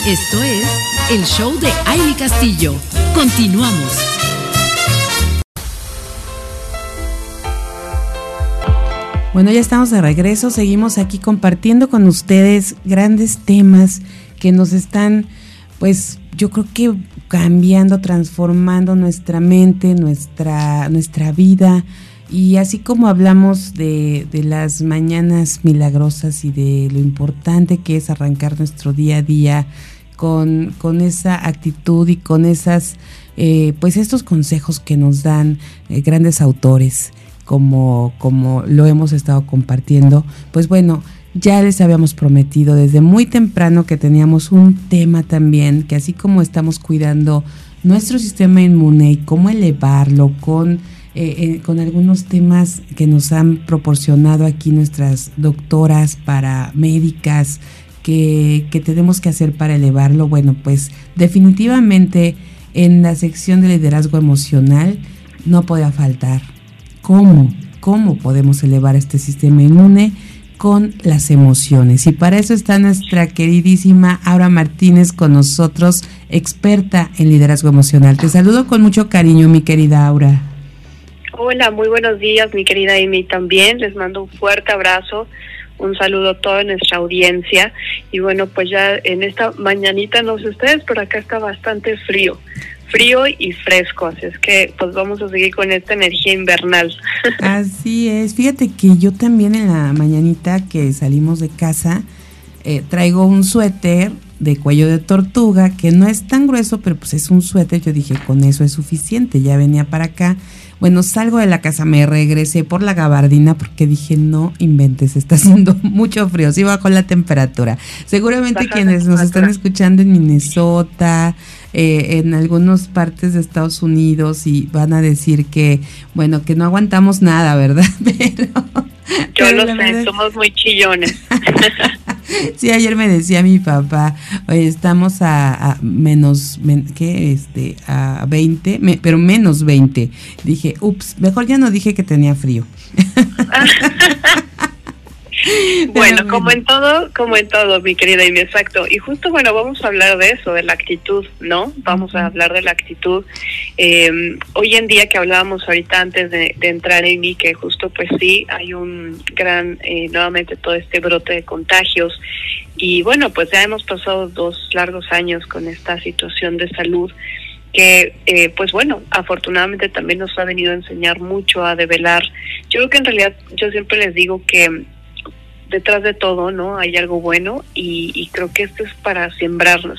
Esto es el show de Aily Castillo. Continuamos. Bueno, ya estamos de regreso, seguimos aquí compartiendo con ustedes grandes temas que nos están, pues yo creo que cambiando, transformando nuestra mente, nuestra vida. Y así como hablamos de las mañanas milagrosas y de lo importante que es arrancar nuestro día a día con esa actitud y con esas, pues estos consejos que nos dan grandes autores, como lo hemos estado compartiendo, pues bueno, ya les habíamos prometido desde muy temprano que teníamos un tema también, que así como estamos cuidando nuestro sistema inmune y cómo elevarlo con algunos temas que nos han proporcionado aquí nuestras doctoras paramédicas, que tenemos que hacer para elevarlo. Bueno, pues definitivamente en la sección de liderazgo emocional no podía faltar cómo podemos elevar este sistema inmune con las emociones. Y para eso está nuestra queridísima Aura Martínez con nosotros, experta en liderazgo emocional. Te saludo con mucho cariño, mi querida Aura. Hola, muy buenos días, mi querida Amy. También les mando un fuerte abrazo, un saludo a toda nuestra audiencia. Y bueno, pues ya en esta mañanita, no sé ustedes, pero acá está bastante frío y fresco, así es que pues vamos a seguir con esta energía invernal. Así es, fíjate que yo también en la mañanita que salimos de casa traigo un suéter de cuello de tortuga que no es tan grueso, pero pues es un suéter. Yo dije, con eso es suficiente, ya venía para acá. Bueno, salgo de la casa, me regresé por la gabardina porque dije, no inventes, está haciendo mucho frío, sí bajó la temperatura. Seguramente quienes nos están escuchando en Minnesota, en algunas partes de Estados Unidos, y van a decir que, bueno, que no aguantamos nada, ¿verdad? Yo lo sé, somos muy chillones. Sí, ayer me decía mi papá, oye, estamos a menos, a 20, pero menos 20. Dije, ups, mejor ya no dije que tenía frío. Bueno, como en todo, mi querida Amy, exacto. Y justo, bueno, vamos a hablar de eso, de la actitud, ¿no? Vamos a hablar de la actitud. Hoy en día, que hablábamos ahorita antes de entrar, Amy, que justo pues sí, hay un gran, nuevamente todo este brote de contagios. Y bueno, pues ya hemos pasado 2 largos años con esta situación de salud que, pues bueno, afortunadamente también nos ha venido a enseñar mucho, a develar. Yo creo que en realidad, yo siempre les digo que detrás de todo, ¿no?, hay algo bueno, y creo que esto es para sembrarnos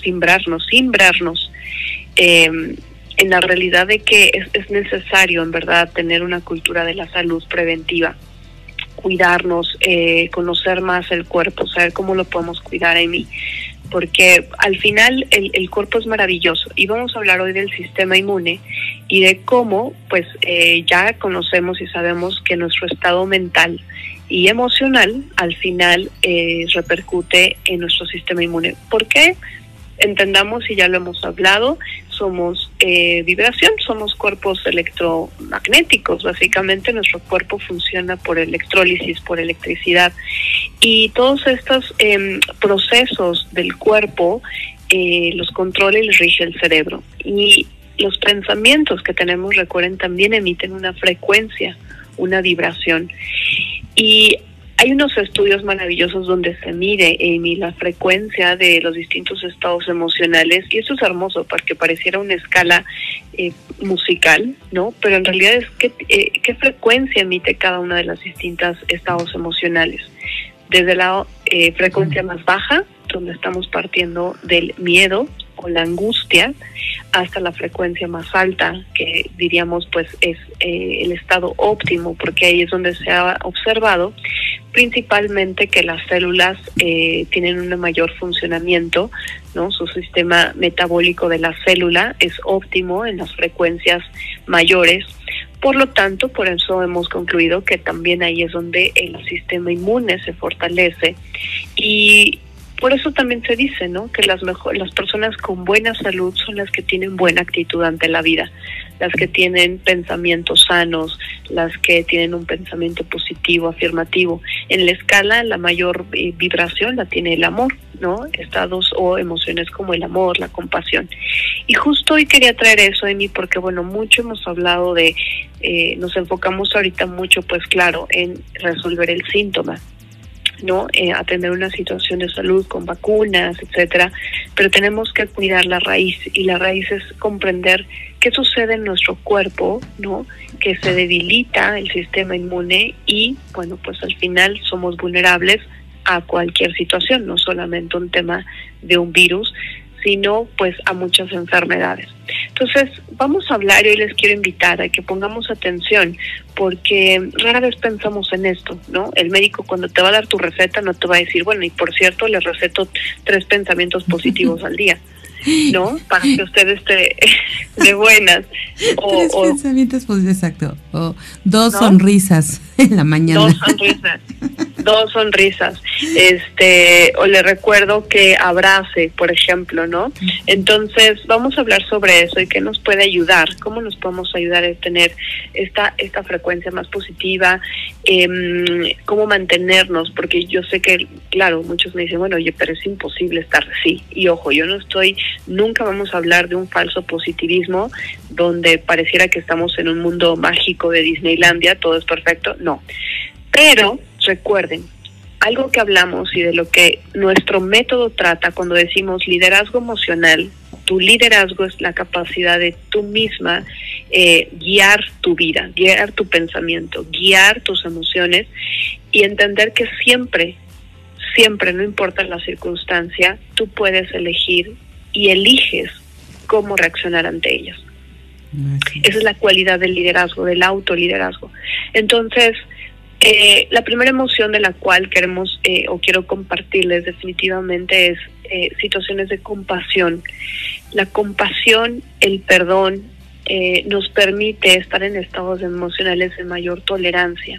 en la realidad de que es necesario, en verdad, tener una cultura de la salud preventiva, cuidarnos, conocer más el cuerpo, saber cómo lo podemos cuidar, Amy, porque al final el cuerpo es maravilloso. Y vamos a hablar hoy del sistema inmune y de cómo, pues, ya conocemos y sabemos que nuestro estado mental y emocional al final repercute en nuestro sistema inmune. ¿Por qué? Entendamos, y ya lo hemos hablado, somos vibración, somos cuerpos electromagnéticos. Básicamente nuestro cuerpo funciona por electrólisis, por electricidad, y todos estos procesos del cuerpo los controla y los rige el cerebro. Y los pensamientos que tenemos, recuerden, también emiten una frecuencia, una vibración. Y hay unos estudios maravillosos donde se mide, Amy, la frecuencia de los distintos estados emocionales, y eso es hermoso porque pareciera una escala musical, ¿no? Pero en realidad es qué frecuencia emite cada una de las distintas estados emocionales. Desde la frecuencia más baja, donde estamos partiendo del miedo o la angustia, hasta la frecuencia más alta, que diríamos pues es el estado óptimo, porque ahí es donde se ha observado principalmente que las células tienen un mayor funcionamiento, ¿no? Su sistema metabólico de la célula es óptimo en las frecuencias mayores. Por lo tanto, por eso hemos concluido que también ahí es donde el sistema inmune se fortalece. Y por eso también se dice, ¿no?, que las personas con buena salud son las que tienen buena actitud ante la vida, las que tienen pensamientos sanos, las que tienen un pensamiento positivo, afirmativo. En la escala, la mayor vibración la tiene el amor. ¿no? Estados o emociones como el amor, la compasión. Y justo hoy quería traer eso de mí porque, bueno, mucho hemos hablado de, nos enfocamos ahorita mucho, pues claro, en resolver el síntoma, ¿no? Atender una situación de salud con vacunas, etcétera, pero tenemos que cuidar la raíz, y la raíz es comprender qué sucede en nuestro cuerpo, ¿no? Que se debilita el sistema inmune y, bueno, pues al final somos vulnerables a cualquier situación, no solamente un tema de un virus, sino pues a muchas enfermedades. Entonces, vamos a hablar y hoy les quiero invitar a que pongamos atención, porque rara vez pensamos en esto, ¿no? El médico cuando te va a dar tu receta no te va a decir, bueno, y por cierto, les receto 3 pensamientos positivos al día, ¿no? Para que usted esté de buenas. 3 pensamientos positivos, exacto. O 2 ¿no? sonrisas en la mañana. 2 sonrisas. O le recuerdo que abrace, por ejemplo, ¿no? Entonces, vamos a hablar sobre eso y qué nos puede ayudar, cómo nos podemos ayudar a tener esta frecuencia más positiva, cómo mantenernos, porque yo sé que, claro, muchos me dicen, bueno, oye, pero es imposible estar así. Y ojo, nunca vamos a hablar de un falso positivismo donde pareciera que estamos en un mundo mágico de Disneylandia, todo es perfecto, no. Pero recuerden, algo que hablamos y de lo que nuestro método trata cuando decimos liderazgo emocional, tu liderazgo es la capacidad de tú misma guiar tu vida, guiar tu pensamiento, guiar tus emociones y entender que siempre, no importa la circunstancia, tú puedes elegir y eliges cómo reaccionar ante ellas. Esa es la cualidad del liderazgo, del autoliderazgo. Entonces, la primera emoción de la cual queremos o quiero compartirles definitivamente es situaciones de compasión. La compasión, el perdón, nos permite estar en estados emocionales de mayor tolerancia,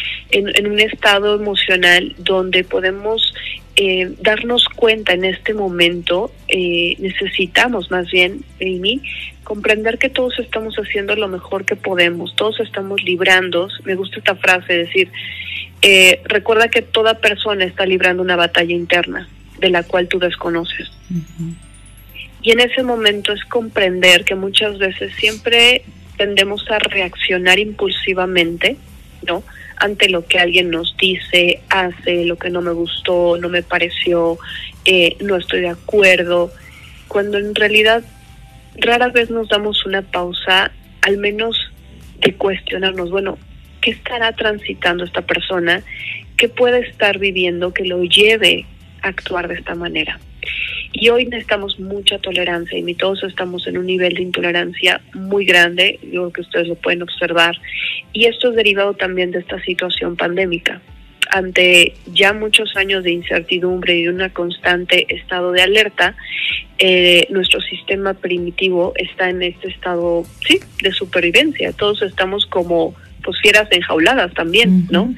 en un estado emocional donde podemos darnos cuenta en este momento, necesitamos más bien, Amy, comprender que todos estamos haciendo lo mejor que podemos, todos estamos librando, me gusta esta frase, decir, recuerda que toda persona está librando una batalla interna de la cual tú desconoces. Uh-huh. Y en ese momento es comprender que muchas veces siempre tendemos a reaccionar impulsivamente, ¿no? Ante lo que alguien nos dice, hace, lo que no me gustó, no me pareció, no estoy de acuerdo, cuando en realidad rara vez nos damos una pausa, al menos de cuestionarnos, bueno, ¿qué estará transitando esta persona? ¿Qué puede estar viviendo que lo lleve a actuar de esta manera? Y hoy necesitamos mucha tolerancia y todos estamos en un nivel de intolerancia muy grande, yo creo que ustedes lo pueden observar, y esto es derivado también de esta situación pandémica. Ante ya muchos años de incertidumbre y de un constante estado de alerta, nuestro sistema primitivo está en este estado, sí, de supervivencia. Todos estamos como pues fieras enjauladas también, ¿no?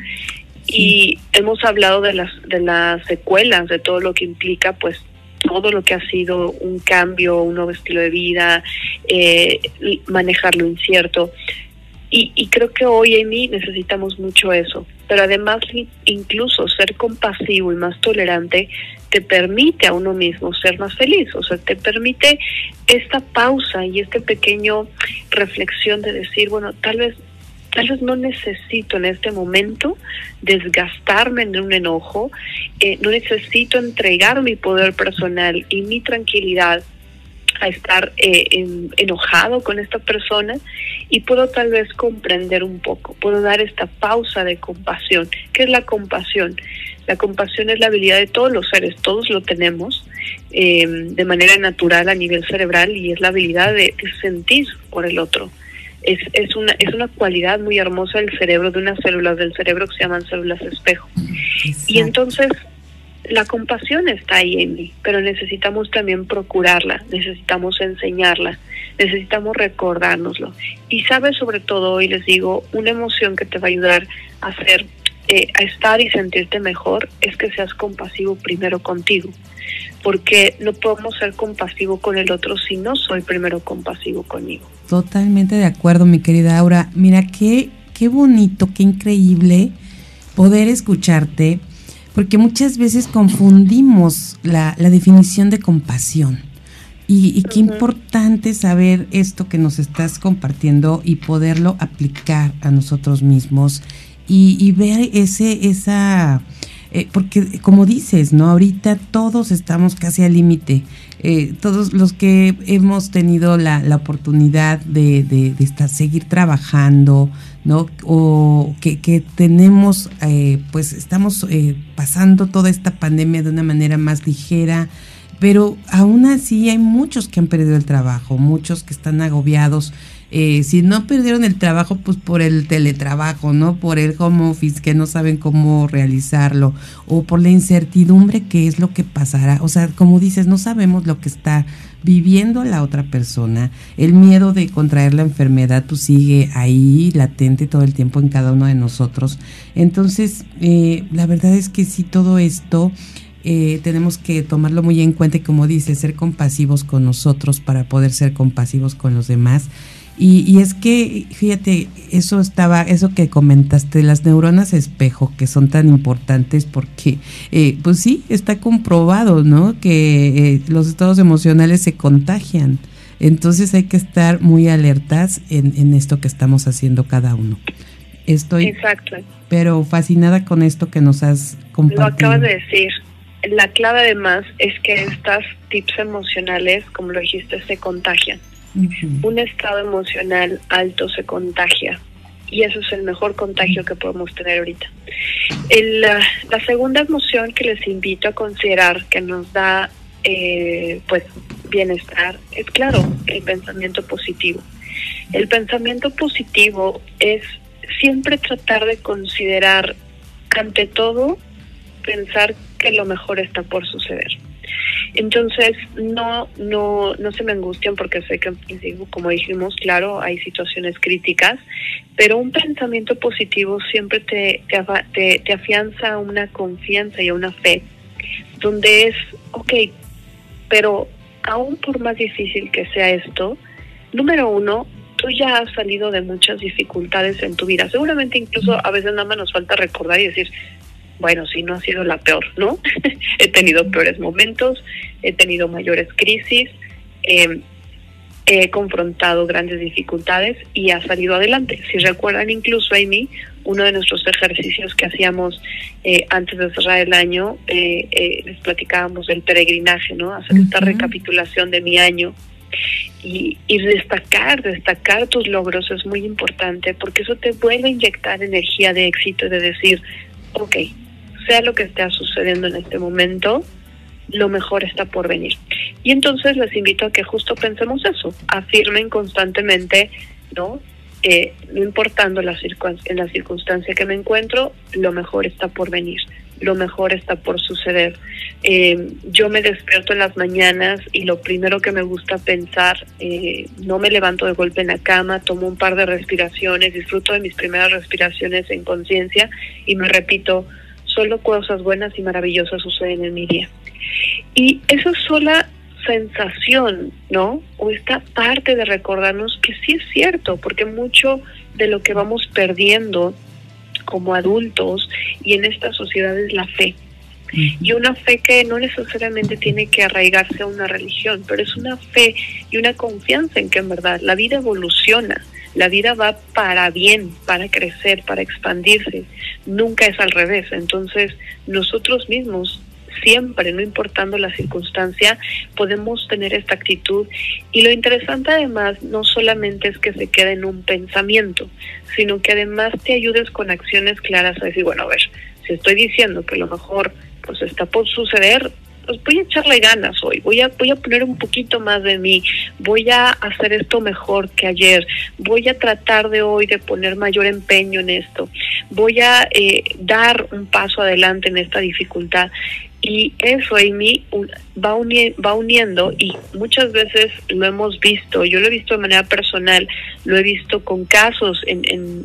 Y hemos hablado de las secuelas, de todo lo que implica, pues, todo lo que ha sido un cambio, un nuevo estilo de vida, manejar lo incierto. Y creo que hoy, Amy, necesitamos mucho eso. Pero además, incluso ser compasivo y más tolerante te permite a uno mismo ser más feliz. O sea, te permite esta pausa y este pequeño reflexión de decir, bueno, tal vez no necesito en este momento desgastarme en un enojo, no necesito entregar mi poder personal y mi tranquilidad a estar enojado con esta persona, y puedo tal vez comprender un poco, puedo dar esta pausa de compasión. ¿Qué es la compasión? La compasión es la habilidad de todos los seres, todos lo tenemos de manera natural a nivel cerebral, y es la habilidad de sentir por el otro. Es una cualidad muy hermosa del cerebro, de unas células del cerebro que se llaman células espejo. Exacto. Y entonces la compasión está ahí en mí, pero necesitamos también procurarla, necesitamos enseñarla, necesitamos recordárnoslo. Y sabes, sobre todo hoy les digo, una emoción que te va a ayudar a hacer, a estar y sentirte mejor, es que seas compasivo primero contigo. Porque no podemos ser compasivos con el otro si no soy primero compasivo conmigo. Totalmente de acuerdo, mi querida Aura. Mira, qué bonito, qué increíble poder escucharte, porque muchas veces confundimos la definición de compasión. Y qué importante saber esto que nos estás compartiendo y poderlo aplicar a nosotros mismos y ver esa porque como dices, ¿no? Ahorita todos estamos casi al límite. Todos los que hemos tenido la oportunidad de seguir trabajando, ¿no? O que tenemos, pues estamos pasando toda esta pandemia de una manera más ligera, pero aún así hay muchos que han perdido el trabajo, muchos que están agobiados. Si no perdieron el trabajo, pues por el teletrabajo, ¿no? Por el home office, que no saben cómo realizarlo, o por la incertidumbre que es lo que pasará. O sea, como dices, no sabemos lo que está viviendo la otra persona. El miedo de contraer la enfermedad pues sigue ahí, latente todo el tiempo en cada uno de nosotros. Entonces, la verdad es que sí, todo esto tenemos que tomarlo muy en cuenta y, como dices, ser compasivos con nosotros para poder ser compasivos con los demás. Y es que, fíjate, eso que comentaste, las neuronas espejo, que son tan importantes porque, pues sí, está comprobado, ¿no? Que los estados emocionales se contagian. Entonces hay que estar muy alertas en esto que estamos haciendo cada uno. Exacto. Pero fascinada con esto que nos has compartido. Lo acabas de decir. La clave además es que estas tips emocionales, como lo dijiste, se contagian. Un estado emocional alto se contagia y eso es el mejor contagio que podemos tener ahorita. La segunda emoción que les invito a considerar que nos da pues bienestar es, claro, el pensamiento positivo. El pensamiento positivo es siempre tratar de considerar, ante todo, pensar que lo mejor está por suceder. Entonces, no se me angustian porque sé que, como dijimos, claro, hay situaciones críticas, pero un pensamiento positivo siempre te afianza una confianza y una fe, donde es, okay, pero aún por más difícil que sea esto, número uno, tú ya has salido de muchas dificultades en tu vida. Seguramente incluso a veces nada más nos falta recordar y decir, bueno, sí, no ha sido la peor, ¿no? He tenido peores momentos, he tenido mayores crisis, he confrontado grandes dificultades y ha salido adelante. Si recuerdan, incluso, Amy, uno de nuestros ejercicios que hacíamos antes de cerrar el año, les platicábamos del peregrinaje, ¿no? Hacer esta recapitulación de mi año. Y destacar tus logros es muy importante, porque eso te vuelve a inyectar energía de éxito, de decir, okay, sea lo que esté sucediendo en este momento, lo mejor está por venir. Y entonces les invito a que justo pensemos eso, afirmen constantemente, ¿no? No importando en la circunstancia que me encuentro, lo mejor está por venir, lo mejor está por suceder. Yo me despierto en las mañanas y lo primero que me gusta pensar, no me levanto de golpe en la cama, tomo un par de respiraciones, disfruto de mis primeras respiraciones en conciencia y me repito, solo cosas buenas y maravillosas suceden en mi día. Y esa sola sensación, ¿no? O esta parte de recordarnos que sí es cierto, porque mucho de lo que vamos perdiendo como adultos y en esta sociedad es la fe. Y una fe que no necesariamente tiene que arraigarse a una religión, pero es una fe y una confianza en que en verdad la vida evoluciona, la vida va para bien, para crecer, para expandirse, nunca es al revés. Entonces nosotros mismos siempre, no importando la circunstancia, podemos tener esta actitud. Y lo interesante además no solamente es que se quede en un pensamiento, sino que además te ayudes con acciones claras a decir, bueno, a ver, si estoy diciendo que lo mejor pues está por suceder, pues voy a echarle ganas hoy, voy a poner un poquito más de mí, voy a hacer esto mejor que ayer, voy a tratar de hoy de poner mayor empeño en esto, voy a dar un paso adelante en esta dificultad. Y eso, Amy, va uniendo, y muchas veces lo hemos visto, yo lo he visto de manera personal, lo he visto con casos en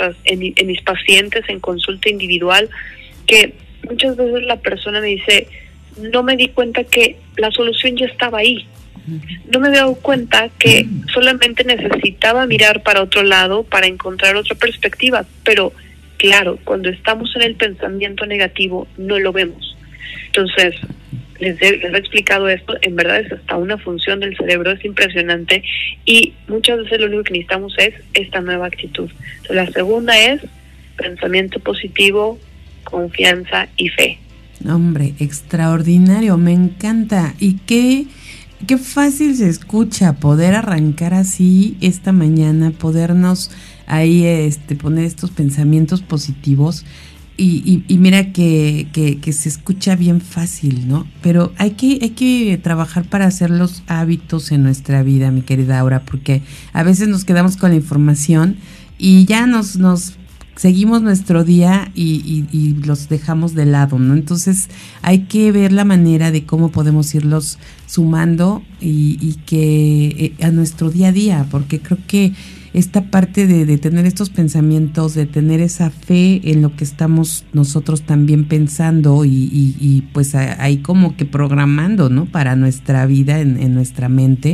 mis pacientes en consulta individual, que muchas veces la persona me dice, no me di cuenta que la solución ya estaba ahí, no me había dado cuenta que solamente necesitaba mirar para otro lado para encontrar otra perspectiva, pero claro, cuando estamos en el pensamiento negativo no lo vemos. Entonces, les he explicado esto, en verdad es hasta una función del cerebro, es impresionante, y muchas veces lo único que necesitamos es esta nueva actitud. Entonces, la segunda es pensamiento positivo, confianza y fe. Hombre, extraordinario, me encanta. Y qué fácil se escucha poder arrancar así esta mañana, podernos ahí poner estos pensamientos positivos. Y mira que se escucha bien fácil, ¿no? Pero hay que trabajar para hacer los hábitos en nuestra vida, mi querida Aura, porque a veces nos quedamos con la información y ya nos seguimos nuestro día y los dejamos de lado, ¿no? Entonces hay que ver la manera de cómo podemos irlos sumando y que a nuestro día a día, porque creo que esta parte de tener estos pensamientos, de tener esa fe en lo que estamos nosotros también pensando y pues ahí como que programando, ¿no? Para nuestra vida en nuestra mente.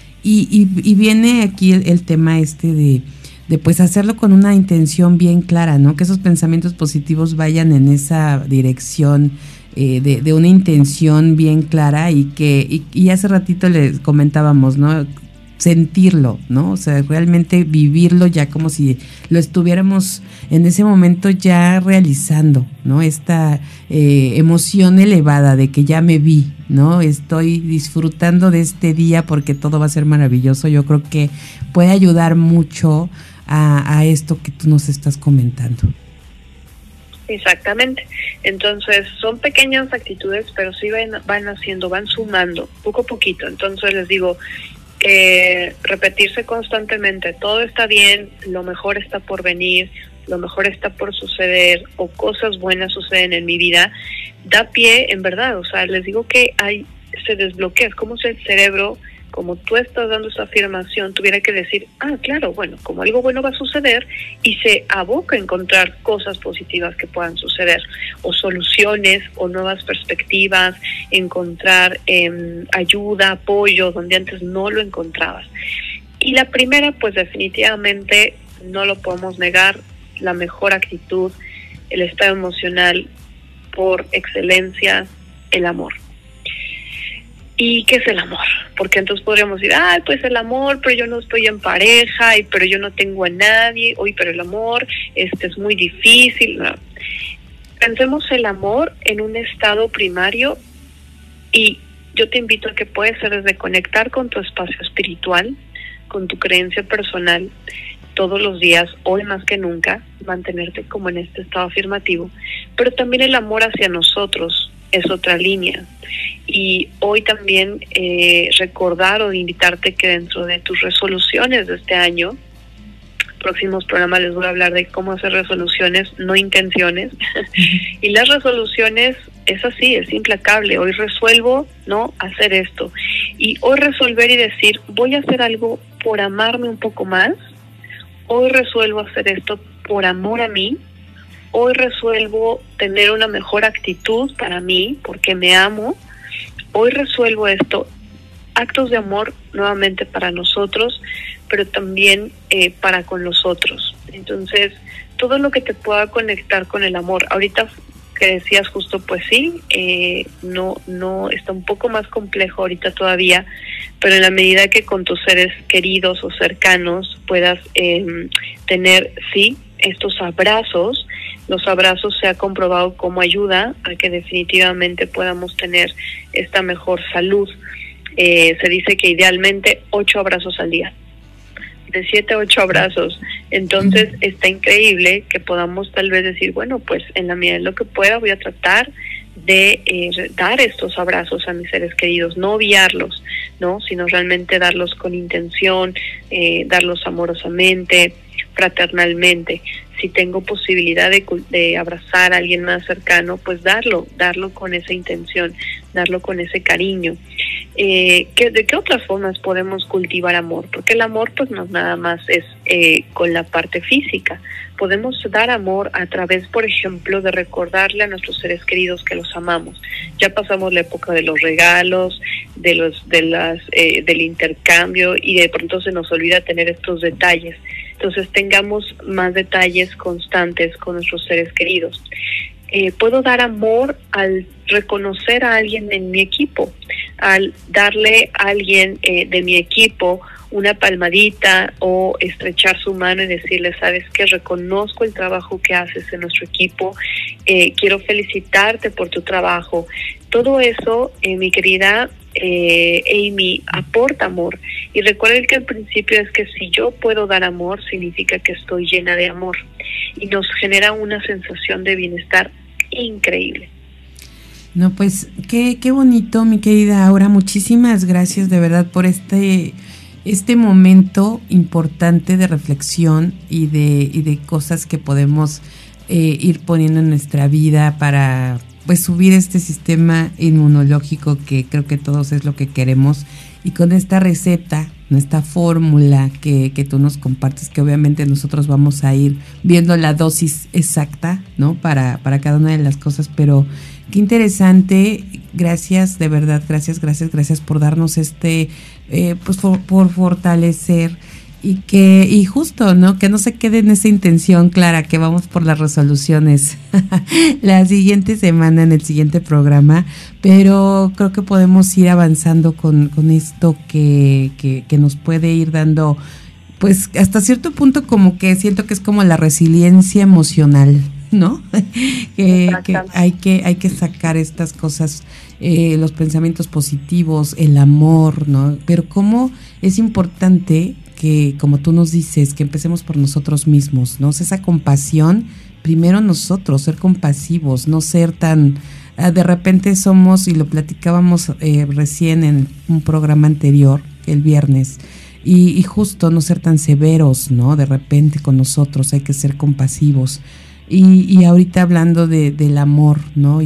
Y viene aquí el tema de pues hacerlo con una intención bien clara, ¿no? Que esos pensamientos positivos vayan en esa dirección de una intención bien clara y hace ratito les comentábamos, ¿no? Sentirlo, ¿no? O sea, realmente vivirlo ya como si lo estuviéramos en ese momento ya realizando, ¿no? Esta emoción elevada de que ya me vi, ¿no? Estoy disfrutando de este día porque todo va a ser maravilloso. Yo creo que puede ayudar mucho a esto que tú nos estás comentando. Exactamente. Entonces, son pequeñas actitudes, pero sí van sumando poco a poquito. Entonces, les digo, repetirse constantemente, todo está bien, lo mejor está por venir, lo mejor está por suceder, o cosas buenas suceden en mi vida, da pie, en verdad, o sea, les digo que se desbloquea, es como si el cerebro, como tú estás dando esa afirmación, tuviera que decir, claro, bueno, como algo bueno va a suceder, y se aboca a encontrar cosas positivas que puedan suceder, o soluciones, o nuevas perspectivas, encontrar ayuda, apoyo, donde antes no lo encontrabas. Y la primera, pues definitivamente, no lo podemos negar, la mejor actitud, el estado emocional, por excelencia, el amor. ¿Y qué es el amor? Porque entonces podríamos decir, pues el amor, pero yo no estoy en pareja, pero yo no tengo a nadie, pero el amor es muy difícil. No. Pensemos el amor en un estado primario, y yo te invito a que puede ser desde conectar con tu espacio espiritual, con tu creencia personal, todos los días, hoy más que nunca, mantenerte como en este estado afirmativo, pero también el amor hacia nosotros es otra línea. Y hoy también recordar o invitarte que dentro de tus resoluciones de este año, próximos programas les voy a hablar de cómo hacer resoluciones, no intenciones. Y las resoluciones es así, es implacable. Hoy resuelvo no hacer esto. Y hoy resolver y decir, voy a hacer algo por amarme un poco más. Hoy resuelvo hacer esto por amor a mí. Hoy resuelvo tener una mejor actitud para mí, porque me amo. Hoy resuelvo esto, actos de amor nuevamente para nosotros, pero también para con los otros. Entonces, todo lo que te pueda conectar con el amor. Ahorita que decías justo, pues sí, no está un poco más complejo ahorita todavía, pero en la medida que con tus seres queridos o cercanos puedas tener, sí, estos abrazos. Los abrazos se ha comprobado como ayuda a que definitivamente podamos tener esta mejor salud. Se dice que idealmente 8 abrazos al día, de 7 a 8 abrazos. Entonces está increíble que podamos tal vez decir, bueno, pues en la medida de lo que pueda voy a tratar de dar estos abrazos a mis seres queridos, no obviarlos, ¿no? Sino realmente darlos con intención, darlos amorosamente, fraternalmente. Si tengo posibilidad de abrazar a alguien más cercano, pues darlo con esa intención, darlo con ese cariño. ¿De qué otras formas podemos cultivar amor? Porque el amor pues no nada más es con la parte física. Podemos dar amor a través, por ejemplo, de recordarle a nuestros seres queridos que los amamos. Ya pasamos la época de los regalos, del intercambio, y de pronto se nos olvida tener estos detalles. Entonces tengamos más detalles constantes con nuestros seres queridos. Puedo dar amor al reconocer a alguien en mi equipo, al darle a alguien de mi equipo una palmadita o estrechar su mano y decirle, sabes que reconozco el trabajo que haces en nuestro equipo, quiero felicitarte por tu trabajo. Todo eso, mi querida Amy, aporta amor. Y recuerden que el principio es que si yo puedo dar amor, significa que estoy llena de amor. Y nos genera una sensación de bienestar increíble. No, pues qué bonito, mi querida Aura. Muchísimas gracias de verdad por este momento importante de reflexión y de cosas que podemos ir poniendo en nuestra vida para pues subir este sistema inmunológico, que creo que todos es lo que queremos. Y con esta receta, esta fórmula que tú nos compartes, que obviamente nosotros vamos a ir viendo la dosis exacta, ¿no? Para cada una de las cosas, pero qué interesante. Gracias, de verdad, gracias por darnos pues por fortalecer y justo, ¿no? Que no se quede en esa intención clara, que vamos por las resoluciones la siguiente semana en el siguiente programa, pero creo que podemos ir avanzando con esto que nos puede ir dando, pues hasta cierto punto como que siento que es como la resiliencia emocional, ¿no? que hay que sacar estas cosas, los pensamientos positivos, el amor, ¿no? Pero cómo es importante que, como tú nos dices, que empecemos por nosotros mismos, ¿no? Esa compasión, primero nosotros, ser compasivos, no ser tan, de repente somos, y lo platicábamos recién en un programa anterior, el viernes, y justo no ser tan severos, ¿no? De repente con nosotros hay que ser compasivos. Y ahorita hablando del amor, ¿no?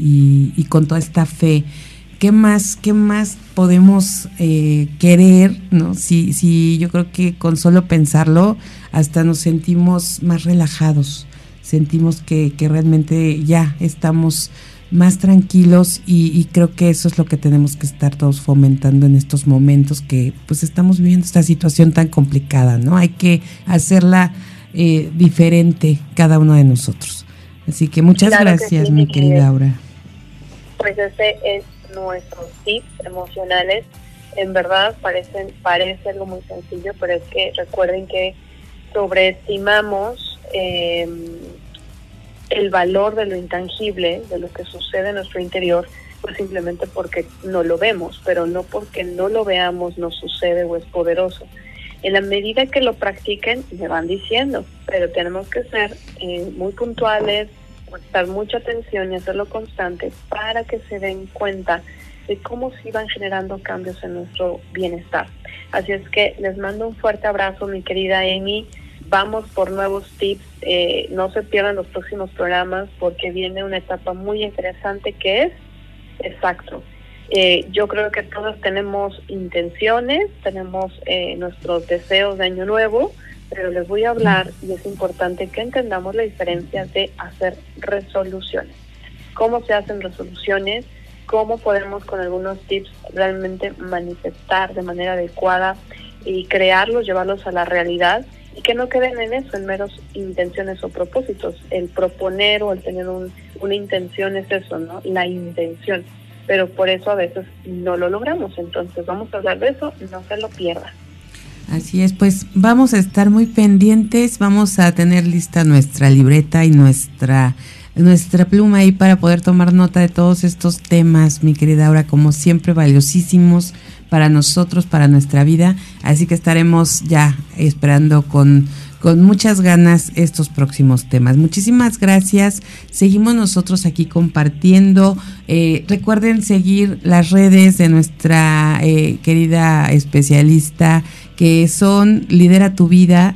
Y con toda esta fe, ¿qué más podemos querer, ¿no? Si yo creo que con solo pensarlo hasta nos sentimos más relajados, sentimos que realmente ya estamos más tranquilos y creo que eso es lo que tenemos que estar todos fomentando en estos momentos que pues estamos viviendo esta situación tan complicada, ¿no? Hay que hacerla diferente cada uno de nosotros. Así que muchas gracias, sí, mi querida Aura. Pues ese es nuestros tips emocionales. En verdad parece algo muy sencillo, pero es que recuerden que sobreestimamos el valor de lo intangible, de lo que sucede en nuestro interior, pues simplemente porque no lo vemos, pero no porque no lo veamos no sucede o es poderoso. En la medida que lo practiquen, me van diciendo, pero tenemos que ser muy puntuales, prestar mucha atención y hacerlo constante para que se den cuenta de cómo se van generando cambios en nuestro bienestar. Así es que les mando un fuerte abrazo, mi querida Amy. Vamos por nuevos tips. No se pierdan los próximos programas porque viene una etapa muy interesante que es exacto. Yo creo que todos tenemos intenciones, tenemos nuestros deseos de año nuevo, pero les voy a hablar y es importante que entendamos la diferencia de hacer resoluciones. ¿Cómo se hacen resoluciones? ¿Cómo podemos con algunos tips realmente manifestar de manera adecuada y crearlos, llevarlos a la realidad y que no queden en eso, en meros intenciones o propósitos? El proponer o el tener una intención es eso, ¿no? La intención. Pero por eso a veces no lo logramos. Entonces vamos a hablar de eso, no se lo pierdan. Así es, pues vamos a estar muy pendientes, vamos a tener lista nuestra libreta y nuestra pluma ahí para poder tomar nota de todos estos temas, mi querida Aura, como siempre valiosísimos para nosotros, para nuestra vida, así que estaremos ya esperando con muchas ganas estos próximos temas. Muchísimas gracias. Seguimos nosotros aquí compartiendo. Recuerden seguir las redes de nuestra querida especialista, que son Lidera tu Vida.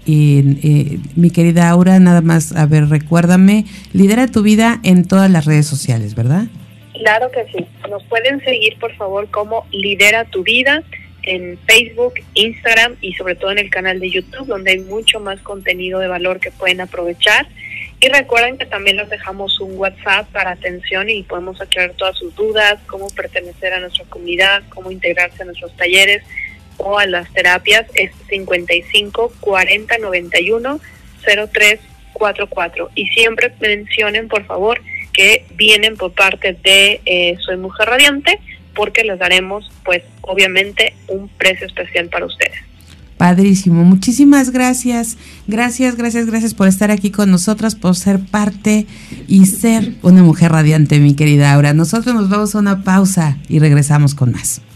Mi querida Aura, nada más, a ver, recuérdame, Lidera tu Vida en todas las redes sociales, ¿verdad? Claro que sí. Nos pueden seguir, por favor, como Lidera tu Vida en Facebook, Instagram y sobre todo en el canal de YouTube, donde hay mucho más contenido de valor que pueden aprovechar. Y recuerden que también les dejamos un WhatsApp para atención y podemos aclarar todas sus dudas, cómo pertenecer a nuestra comunidad, cómo integrarse a nuestros talleres o a las terapias es 55 40 91 03 44. Y siempre mencionen, por favor, que vienen por parte de Soy Mujer Radiante, porque les daremos, pues, obviamente, un precio especial para ustedes. Padrísimo, muchísimas gracias. Gracias por estar aquí con nosotras, por ser parte y ser una mujer radiante, mi querida Aura. Nosotros nos vamos a una pausa y regresamos con más.